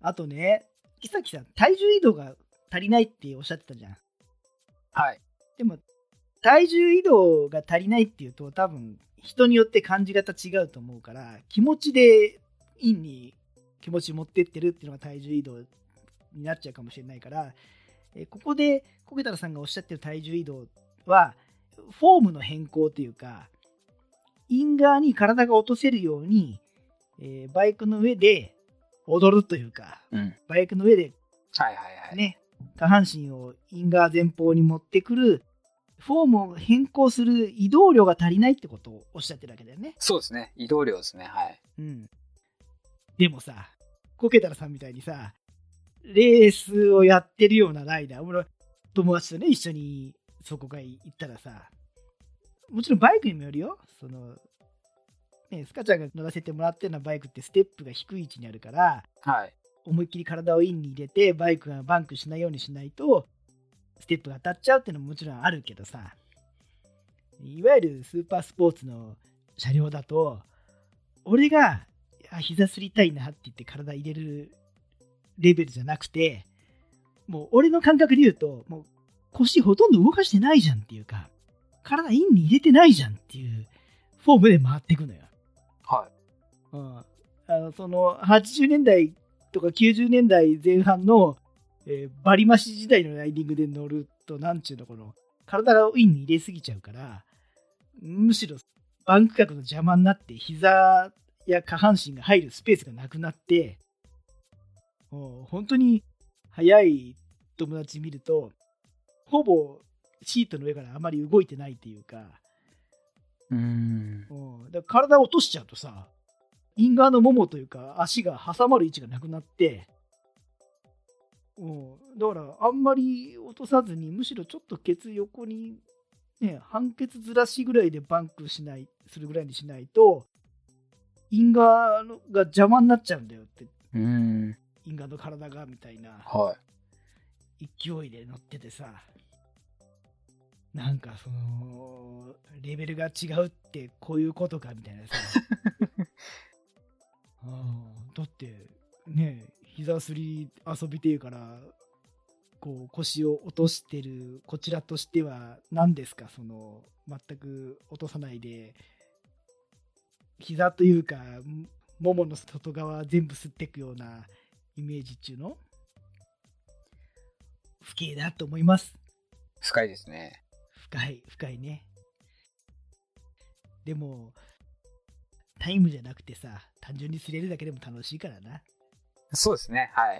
あとね、さっきさ、体重移動が足りないっておっしゃってたじゃん。 はい。 でも、体重移動が足りないっていうと、多分、人によって感じ方違うと思うから、気持ちで陰に気持ち持ってってるっていうのが体重移動になっちゃうかもしれないから、ここでコケタラさんがおっしゃってる体重移動は、フォームの変更というか、イン側に体が落とせるように、バイクの上で踊るというか、バイクの上で、ね、下半身をイン側前方に持ってくる、フォームを変更する移動量が足りないってことをおっしゃってるわけだよね。 そうですね。移動量ですね。はい。 うん。でもさ、コケタラさんみたいにさ、レースをやってるようなライダー、俺友達とね、一緒にそこが行ったらさ、もちろんバイクにもよるよ。ね、スカちゃんが乗らせてもらってるようなバイクってステップが低い位置にあるから、 はい。 思いっきり体をインに入れて、バイクがバンクしないようにしないと、ステップが当たっちゃうっていうのももちろんあるけどさ、いわゆるスーパースポーツの車両だと、俺が膝すりたいなって言って体入れるレベルじゃなくて、もう俺の感覚で言うと、もう腰ほとんど動かしてないじゃんっていうか、体インに入れてないじゃんっていうフォームで回っていくのよ。 はい。 その80年代とか90年代前半の、バリ増し時代のライディングで乗ると、なんちゅうの、この体をインに入れすぎちゃうから、むしろバンク角の邪魔になって膝や下半身が入るスペースがなくなって、本当に速い友達見ると、ほぼシートの上からあまり動いてないっていうか、だから体を落としちゃうとさ、イン側のももというか足が挟まる位置がなくなって、だからあんまり落とさずに、むしろちょっとケツ横にね、半ケツずらしぐらいでバンクするぐらいにしないと、イン側が邪魔になっちゃうんだよって。イン側の体がみたいな勢いで乗っててさ、なんかそのレベルが違うってこういうことかみたいなさだってね、膝すり遊びていうからこう腰を落としてるこちらとしては何ですか、その全く落とさないで膝というかももの外側全部吸っていくようなイメージっていうの不敬だと思います。 深いですね。 深いね。でもタイムじゃなくてさ、単純に擦れるだけでも楽しいからな。 そうですね。はい。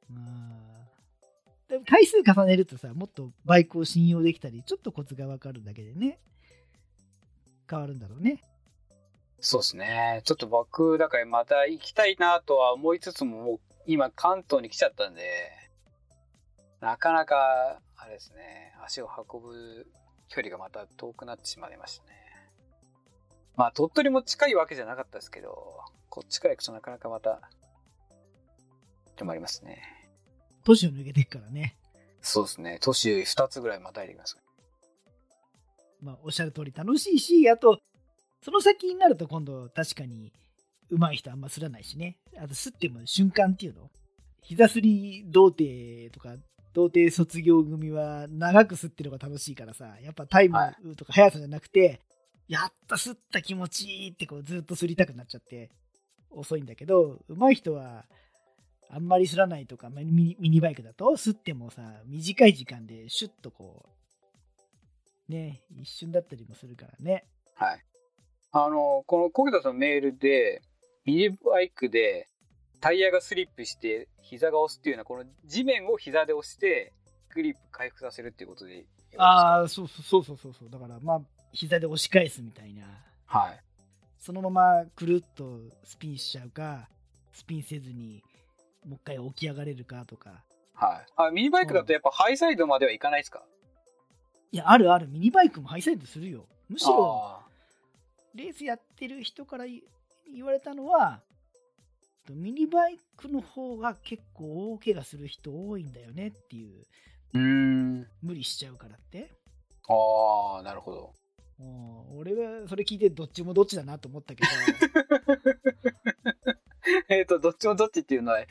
でも回数重ねるとさ、もっとバイクを信用できたり、ちょっとコツが分かるだけでね、変わるんだろうね。 そうですね。ちょっと僕だからまた行きたいなとは思いつつも、もう今関東に来ちゃったんで、なかなかあれですね、足を運ぶ距離がまた遠くなってしまいましたね。まあ鳥取も近いわけじゃなかったですけど、こっちから行くとなかなかまた止まりますね。 都市を抜けていくからね。 そうですね。都市2つぐらいまたいできます。 まあおっしゃる通り楽しいし、あとその先になると今度確かに上手い人あんますらないしね。あとすっても瞬間っていうの、膝すり童貞とか童貞卒業組は長くすってるのが楽しいからさ、やっぱタイムとか速さじゃなくて、やっとすった気持ちいいってこうずっとすりたくなっちゃって遅いんだけど、上手い人はあんまりすらないとか、ミニバイクだとすってもさ、短い時間でシュッとこうね、一瞬だったりもするからね。 はい。このコケタさんのメールでミニバイクでタイヤがスリップして膝が押すっていうのは、この地面を膝で押してグリップ回復させるっていうことで。 ああ、そうだからまあ膝で押し返すみたいな。 はい。 そのままくるっとスピンしちゃうか、スピンせずにもう一回起き上がれるかとか。 はい。ミニバイクだとやっぱハイサイドまではいかないですか？ いや、あるミニバイクもハイサイドするよ。むしろレースやってる人から言われたのは、ミニバイクの方が結構大怪我する人多いんだよねっていう。無理しちゃうからって。 ああ、なるほど。 俺はそれ聞いてどっちもどっちだなと思ったけどどっちもどっちっていうのは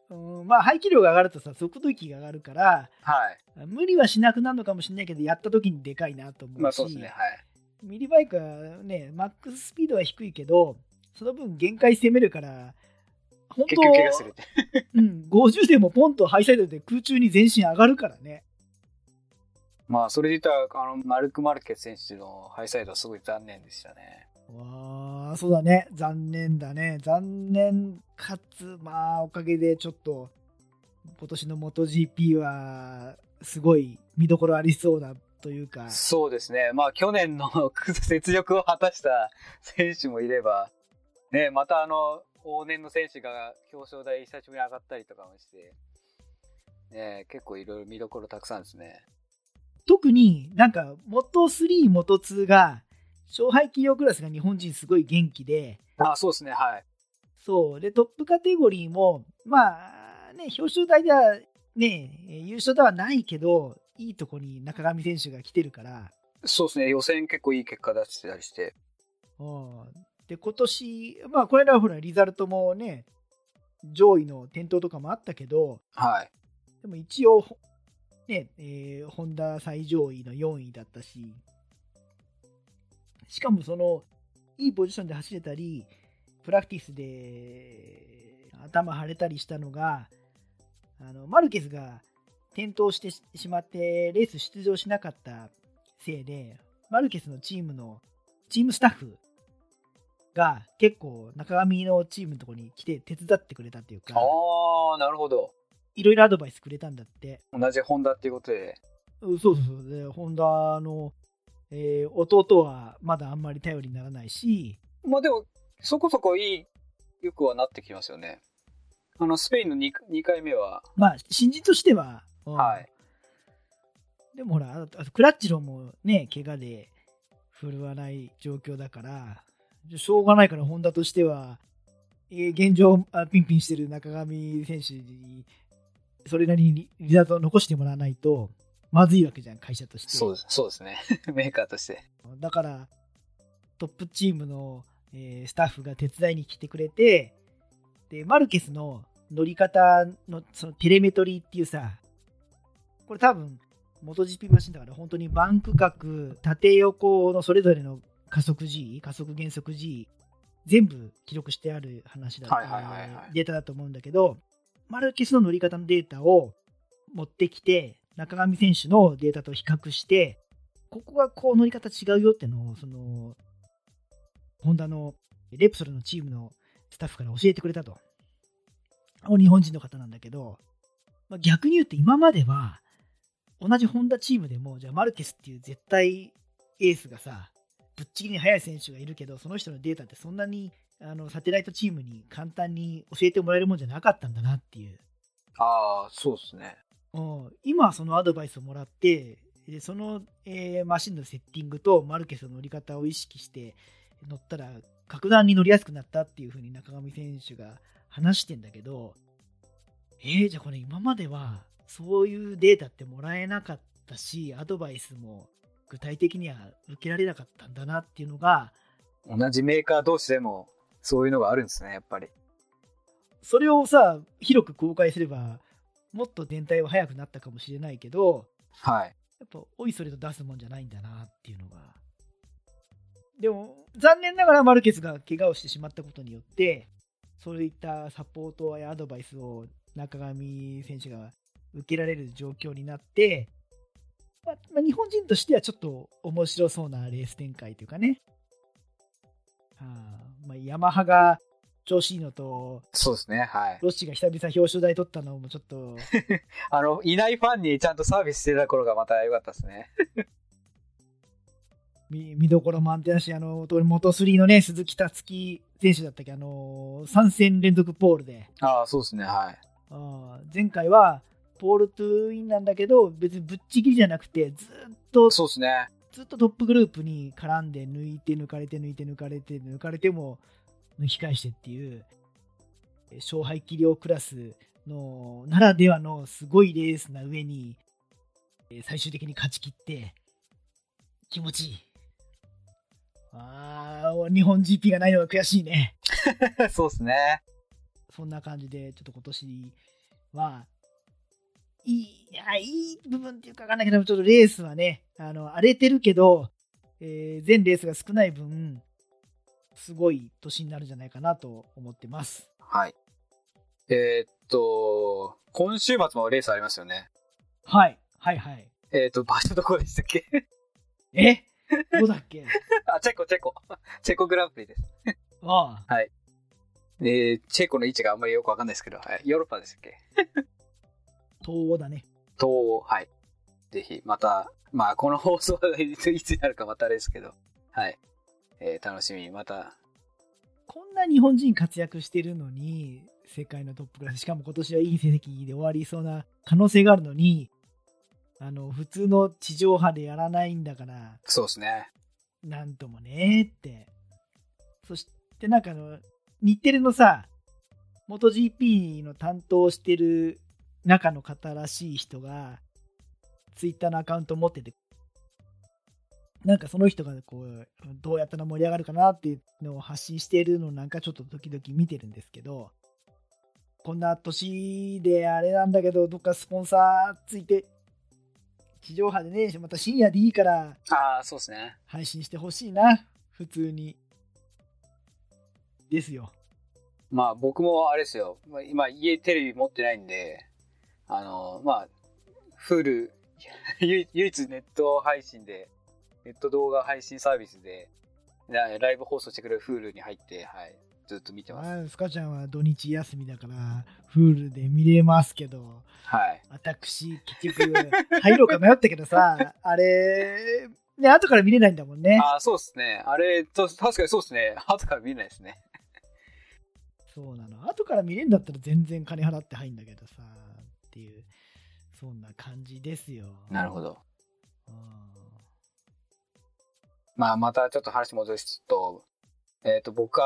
まあ排気量が上がるとさ速度域が上がるから、 はい。 無理はしなくなるのかもしれないけど、やった時にでかいなと思うし、 まあそうですね。はい。 ミニバイクはね、マックススピードは低いけど、その分限界攻めるから、本結局怪我するって。 当、50でもポンとハイサイドで空中に全身上がるからね。 まあそれで言ったら、マルク・マルケス選手のハイサイドはすごい残念でしたね。 わあ、そうだね。残念だね。残念かつ、まあ、おかげでちょっと、今年の MotoGP は、すごい見どころありそうだというか。 そうですね。まあ去年の雪辱を果たした選手もいれば、ね、また往年の選手が表彰台久しぶりに上がったりとかもして、ね、結構いろいろ見どころたくさんですね。 特になんか、Moto3、Moto2 が、勝敗企業クラスが日本人すごい元気で、 あ、そうですね。はい。 そう。で、トップカテゴリーも、まあ、ね、表彰台ではね、優勝ではないけど、いいとこに中上選手が来てるから、 そうですね。予選結構いい結果出してたりして。 で、今年、まあ、これらはほら、リザルトもね、上位の転倒とかもあったけど、 はい。 でも一応、ね、ホンダ最上位の4位だったし、しかもその、いいポジションで走れたり、プラクティスで頭腫れたりしたのが、マルケスが転倒してしまってレース出場しなかったせいで、マルケスのチームスタッフが結構中上のチームのところに来て手伝ってくれたっていうか、 ああ、なるほど。 いろいろアドバイスくれたんだって。 同じホンダっていうことで。 そうそうそう。で、ホンダの、弟はまだあんまり頼りにならないし、 まあでも、そこそこよくはなってきますよね。スペインの 2回目は。 まあ、新人としては、 はい。 でもほら、あとクラッチロもね、怪我で振るわない状況だから、しょうがないから、ホンダとしては、現状ピンピンしてる中上選手に、それなりにリザルトを残してもらわないと、まずいわけじゃん、会社として。 そうですね。メーカーとして。 だから、トップチームの、スタッフが手伝いに来てくれて、で、マルケスの乗り方のそのテレメトリーっていうさ、これ多分、MotoGP マシンだから本当にバンク角、縦横のそれぞれの加速 G、加速減速 G、全部記録してある話だ、データだと思うんだけど、マルケスの乗り方のデータを持ってきて、中上選手のデータと比較して、ここがこう乗り方違うよってのを、ホンダのレプソルのチームのスタッフから教えてくれたと。日本人の方なんだけど、逆に言うと今までは、同じホンダチームでも、じゃあマルケスっていう絶対エースがさ、ぶっちぎりに速い選手がいるけど、その人のデータってそんなにサテライトチームに簡単に教えてもらえるもんじゃなかったんだなっていう。 ああ、そうですね。 今はそのアドバイスをもらって、でその、マシンのセッティングとマルケスの乗り方を意識して乗ったら格段に乗りやすくなったっていう風に中上選手が話してんだけど、じゃあこれ今まではそういうデータってもらえなかったし、アドバイスも具体的には受けられなかったんだなっていうのが、 同じメーカー同士でもそういうのがあるんですね、やっぱり。 それをさ、広く公開すればもっと全体は速くなったかもしれないけど、 はい。 やっぱおいそれと出すもんじゃないんだなっていうのが。でも残念ながらマルケスが怪我をしてしまったことによって、そういったサポートやアドバイスを中上選手が受けられる状況になって、日本人としてはちょっと面白そうなレース展開というかね。ヤマハが調子いいのと、 そうですね、はい。 ロッシが久々表彰台取ったのもちょっといないファンにちゃんとサービスしてた頃がまた良かったですね。 見どころ満点だし、元3のね、鈴木達樹選手だったっけ、3戦連続ポールで。 ああ、そうですね、はい。 前回は、ポールトゥーインなんだけど、別にぶっちぎりじゃなくて、ずっと、 そうですね。 ずっとトップグループに絡んで、抜いて抜かれて、抜いて抜かれて、抜かれても抜き返してっていう、勝敗器量クラスのならではのすごいレースな上に、最終的に勝ち切って、気持ちいい。日本 GP がないのが悔しいね。 そうですね。 そんな感じで、ちょっと今年いい部分っていうかわかんないけど、ちょっとレースはね、荒れてるけど、全レースが少ない分、すごい年になるんじゃないかなと思ってます。 はい。今週末もレースありますよね。 はい。 場所どこでしたっけ？ どうだっけ？ チェコグランプリです。 ああ。 はい。チェコの位置があんまりよくわかんないですけど、はい、ヨーロッパでしたっけ？ 東欧だね。 東欧、はい。ぜひ、また、まあ、この放送がいつになるかまたあれですけど、はい。楽しみに、また。 こんな日本人活躍してるのに、世界のトップクラス、しかも今年はいい成績で終わりそうな可能性があるのに、普通の地上波でやらないんだから、 そうですね。 なんともねって。そしてなんか日テレのさ、MotoGP の担当してる中の方らしい人が、ツイッターのアカウント持ってて、なんかその人がこう、どうやったら盛り上がるかなっていうのを発信しているのなんかちょっと時々見てるんですけど、こんな年であれなんだけど、どっかスポンサーついて、地上波でね、また深夜でいいから、 そうですね。 配信してほしいな、普通に。ですよ。 まあ僕もあれですよ。今家テレビ持ってないんで、まあ、フール、唯一ネット配信で、ネット動画配信サービスで、ライブ放送してくれるフールに入って、はい、ずっと見てます。 スカちゃんは土日休みだから、フールで見れますけど、 はい。 私、結局、入ろうか迷ったけどさ、あれ、ね、後から見れないんだもんね。 そうですね。あれ、確かにそうですね。後から見れないですね。 そうなの。後から見れるんだったら全然金払って入んだけどさ、っていう、そんな感じですよ。 なるほど。まあ、またちょっと話戻すと、僕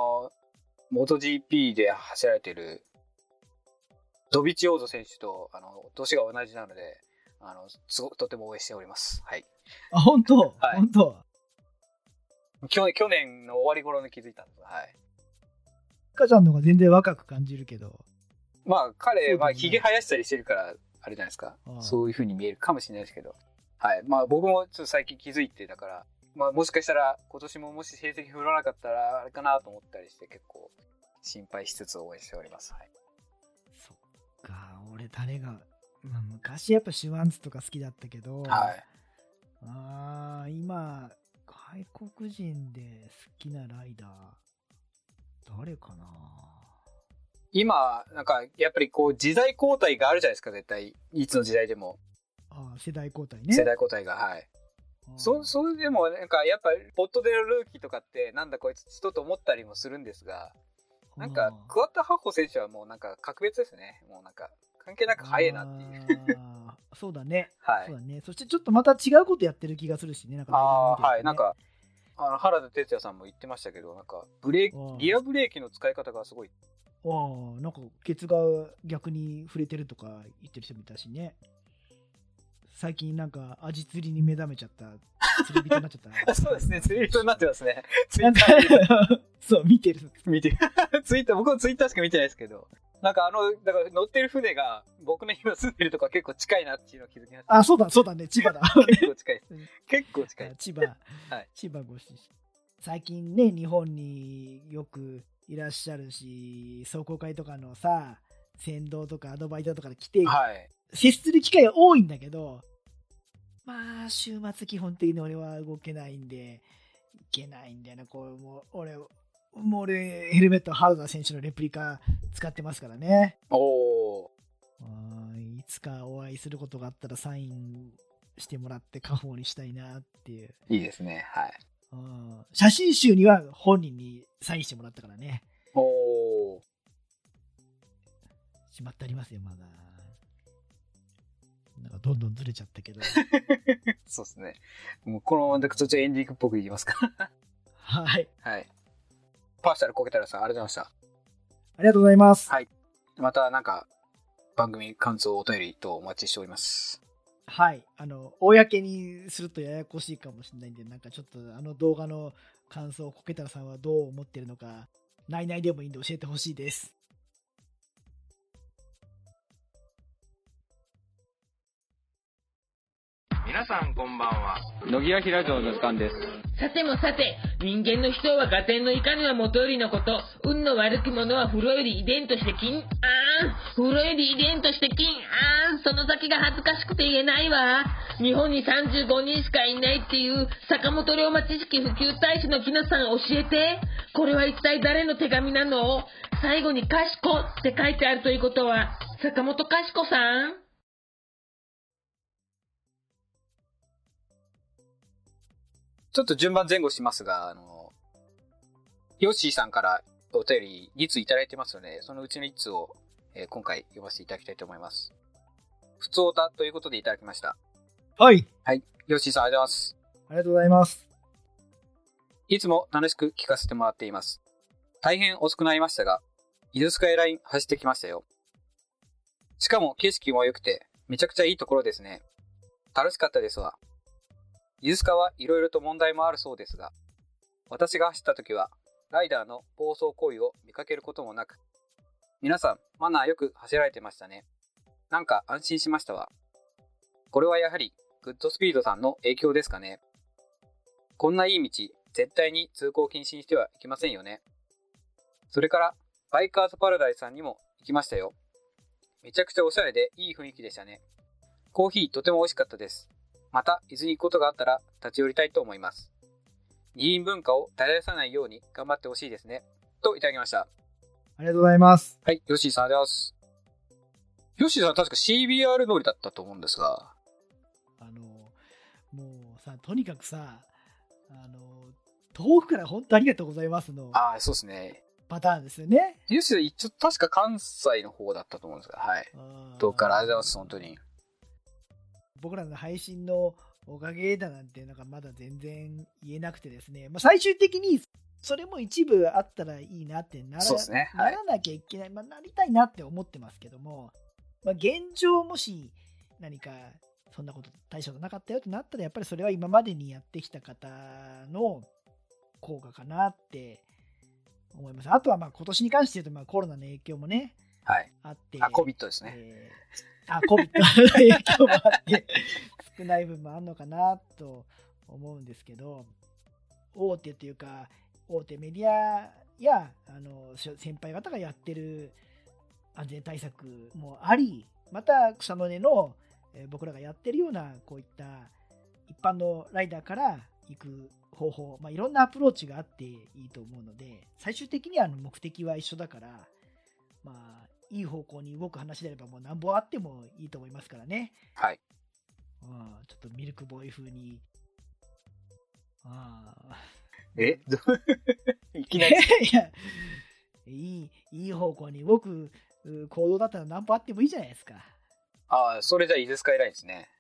MotoGP で走られているドビチオーゾ選手と年が同じなので、とても応援しております。はい。 本当？ はい、 本当？ 去年の終わり頃に気づいたんです。はい。 かちゃんの方が全然若く感じるけど。 まあ彼、まあ髭生やしたりしてるから、あれじゃないですか。そういう風に見えるかもしれないですけど。はい。まあ僕もちょっと最近気づいて、だから、まあもしかしたら今年ももし成績振らなかったらあれかなと思ったりして結構心配しつつ応援しております。はい。 そっか、俺誰が、まあ、昔やっぱシュワンツとか好きだったけど、 はい。 今、外国人で好きなライダー、誰かな。 今、なんか、やっぱりこう、時代交代があるじゃないですか、絶対。いつの時代でも。 世代交代ね。 世代交代が、はい。それでも、なんか、やっぱ、ポットでのルーキーとかって、なんだこいつ、ちょっと思ったりもするんですが、なんか、クワッタ・ハッホ選手はもうなんか、格別ですね。もうなんか、関係なく早いなっていう。 そうだね。 はい。 そうだね。そしてちょっとまた違うことやってる気がするしね。なんかはい。なんか、原田哲也さんも言ってましたけど、なんか、リアブレーキの使い方がすごい。 なんかケツが逆に触れてるとか言ってる人もいたしね。最近なんかアジ釣りに目覚めちゃった。釣り人になっちゃった。 そうですね、釣り人になってますね。 そう、見てる。 僕もツイッターしか見てないですけど。なんかだから乗ってる船が僕の今住んでるとか結構近いなっていうのを気づきました。 そうだね、千葉だ。 結構近いです。結構近い。 千葉、はい、千葉ご出身。最近ね、日本によくいらっしゃるし、壮行会とかのさ、先導とかアドバイザーとかで来て、 はい、 接する機会が多いんだけど、まあ、週末基本的に俺は動けないんで、いけないんだよね。俺、ヘルメット、原田選手のレプリカ使ってますからね。いつかお会いすることがあったらサインしてもらって家宝にしたいなっていう。 いいですね。はい。 写真集には本人にサインしてもらったからね。しまってありますよ、まだ。なんかどんどんずれちゃったけど。 そうですね。もうこのまま途中エンディングっぽく言いますか。 はい。 はい。パーシャルコケタラさん、ありがとうございました。 ありがとうございます。 はい。またなんか、番組感想お便りとお待ちしております。 はい。公にするとややこしいかもしれないんで、なんかちょっと動画の感想をコケタラさんはどう思ってるのか、内々でもいいんで教えてほしいです。 皆さんこんばんは。 野木らひラジオの時間です。 さてもさて、人間の人は合点のいかぬはもとよりのこと、運の悪き者は風呂より遺伝として金、風呂より遺伝として金、その先が恥ずかしくて言えないわ。日本に35人しかいないっていう坂本龍馬知識普及大使の木野さん教えて。これは一体誰の手紙なの？最後にかしこって書いてあるということは、坂本かしこさん？ ちょっと順番前後しますが、ヨッシーさんからお便り2通いただいてますので、そのうちの1通を、今回読ませていただきたいと思います。ふつおたということでいただきました。 はい。 はい。ヨッシーさんありがとうございます。 ありがとうございます。 いつも楽しく聞かせてもらっています。大変遅くなりましたが、伊豆スカイライン走ってきましたよ。しかも景色も良くて、めちゃくちゃいいところですね。楽しかったですわ。伊豆スカはいろいろと問題もあるそうですが、私が走った時は、ライダーの暴走行為を見かけることもなく、皆さんマナーよく走られてましたね。なんか安心しましたわ。これはやはりグッドスピードさんの影響ですかね。こんないい道、絶対に通行禁止にしてはいけませんよね。それからバイカーズパラダイスさんにも行きましたよ。めちゃくちゃおしゃれでいい雰囲気でしたね。コーヒーとても美味しかったです。また伊豆に行くことがあったら立ち寄りたいと思います。二輪文化を絶やさないように頑張ってほしいですね。といただきました。 ありがとうございます。 はい、ヨッシーさんありがとうございます。ヨッシーさん確か CBR 乗りだったと思うんですが。 もうさ、とにかくさ、遠くから本当ありがとうございますの。 そうですね。 パターンですよね。 ヨッシーさん一応確か関西の方だったと思うんですが、はい。遠くからありがとうございます、本当に。 僕らの配信のおかげだなんていうのがまだ全然言えなくてですね、最終的にそれも一部あったらいいなってそうですね、はい、 ならなきゃいけない、なりたいなって思ってますけども、現状もし何かそんなこと大したことなかったよってなったら、やっぱりそれは今までにやってきた方の効果かなって思います。あとは今年に関して言うとコロナの影響もね、 はい、 あって、 COVID ですね。 COVID の影響もあって少ない分もあるのかなと思うんですけど、大手というか大手メディアや先輩方がやってる安全対策もあり、また草の根の僕らがやってるようなこういった一般のライダーから行く方法、いろんなアプローチがあっていいと思うので、最終的には目的は一緒だから、いい方向に動く話であればもう何本あってもいいと思いますからね。 はい。 ちょっとミルクボーイ風に。 いきなりいい方向に動く行動だったら何本あってもいいじゃないですか。 それじゃ伊豆スカイラインですね。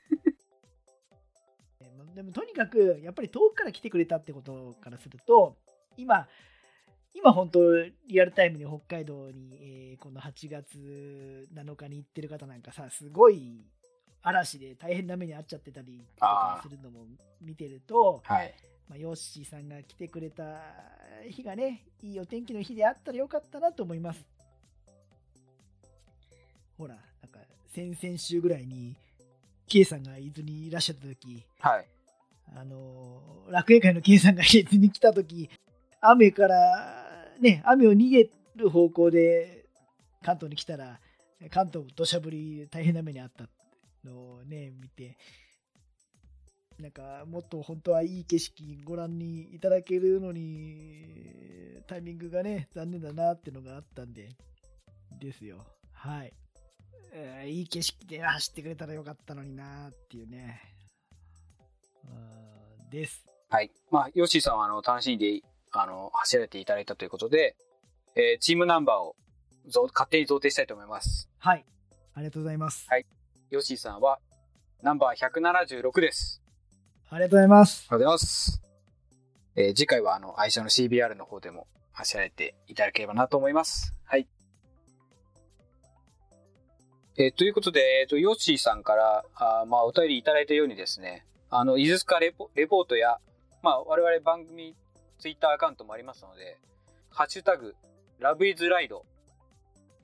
でもとにかくやっぱり遠くから来てくれたってことからすると、今本当リアルタイムに北海道に、この8月7日に行ってる方なんかさ、すごい嵐で大変な目に遭っちゃってたりとかするのも見てると、ヨッシーさんが来てくれた日がね、いいお天気の日であったらよかったなと思います。ほら、なんか先々週ぐらいに K さんが伊豆にいらっしゃった時、 はい、 楽園会の K さんが伊豆に来た時、雨からね、雨を逃げる方向で関東に来たら、関東土砂降り大変な目にあったのをね見て、なんかもっと本当はいい景色ご覧にいただけるのにタイミングがね残念だなってのがあったんでですよ。はい、いい景色で走ってくれたらよかったのになっていうねです。 はい。ヨッシーさんは楽しんで走られていただいたということで、チームナンバーを勝手に贈呈したいと思います。 はい。ありがとうございます。 はい。ヨッシーさんはナンバー176です。 ありがとうございます。 ありがとうございます。次回は愛車の CBR の方でも走られていただければなと思います。はい。ということで、ヨッシーさんからお便りいただいたようにですね、伊豆スカレポートや、我々番組ツイッターアカウントもありますので、ハッシュタ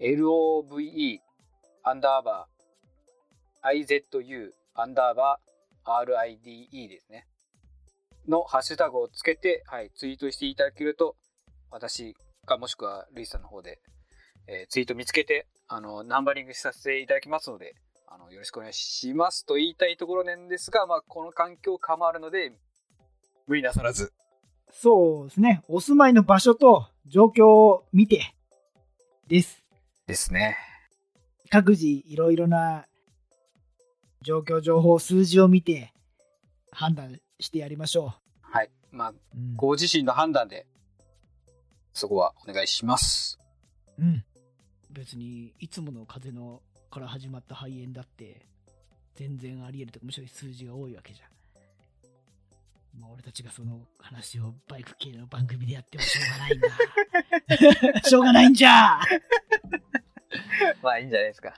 グ、LoveIsRide、LOVE、IZU、 RIDE ですね。のハッシュタグをつけて、はい、ツイートしていただけると、私かもしくはルイさんの方で、ツイート見つけて、ナンバリングさせていただきますので、よろしくお願いしますと言いたいところなんですが、まあ、この環境構わるので、無理なさらず。 そうですね。お住まいの場所と状況を見て、です。 ですね。 各自いろいろな状況、情報、数字を見て判断してやりましょう。はい。まあ、ご自身の判断で、そこはお願いします。 うん。別に、いつもの風邪のから始まった肺炎だって、全然あり得るとか、むしろ数字が多いわけじゃん。まあ、俺たちがその話をバイク系の番組でやってもしょうがないんだ。しょうがないんじゃまあいいんじゃないですか。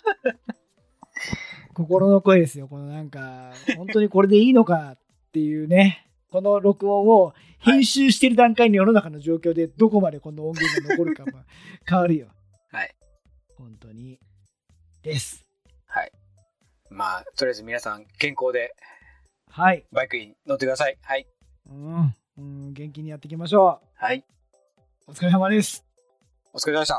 心の声ですよ。このなんか、本当にこれでいいのかっていうね、この録音を編集してる段階に世の中の状況でどこまでこの音源が残るかは変わるよ。 はい。 本当に。です。 はい。まあ、とりあえず皆さん健康で、 はい。 バイクに乗ってください。はい。 元気にやっていきましょう。 はい。 お疲れ様です。 お疲れ様でした。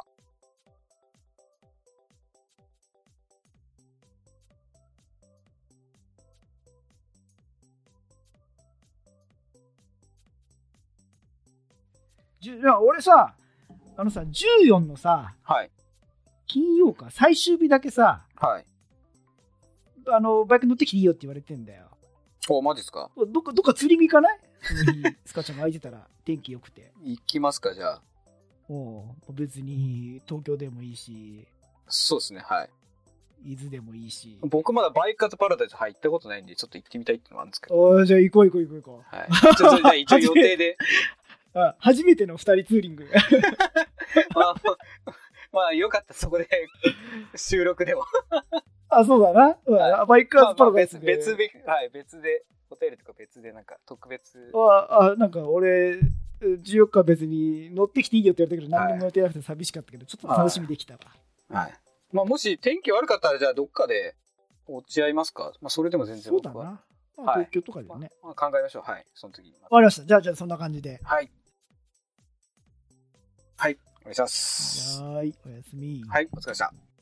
俺さ、14のさ、 はい。 金曜か、最終日だけさ、 はい。 バイク乗ってきていいよって言われてんだよ。 お、マジですか？ どっか釣りに行かない？その日、スカちゃんが空いてたら、天気良くて。 行きますか、じゃあ。 別に、東京でもいいし。 そうですね、はい。 伊豆でもいいし。 僕まだバイクカートパラダイス入ったことないんで、ちょっと行ってみたいってのがあるんですけど。 じゃあ行こう。 はい。じゃあ一応予定で。 初めての2人ツーリング。 まあ、よかった、そこで収録でも。 そうだな。はい、バイクカートパラダイスで。 別で、ホテルとか別で、なんか特別。 なんか俺、14日別に乗ってきていいよって言われたけど、何にも予定なくて寂しかったけど、ちょっと楽しみできたわ。 はい。まあ、もし天気悪かったら、じゃあどっかで落ち合いますか？まあ、それでも全然僕は。 そうだな。東京とかでね。 考えましょう。はい。その時に。 わかりました。じゃあそんな感じで。 はい。はい。お願いします。 はい。おやすみ。 はい。お疲れ様でした。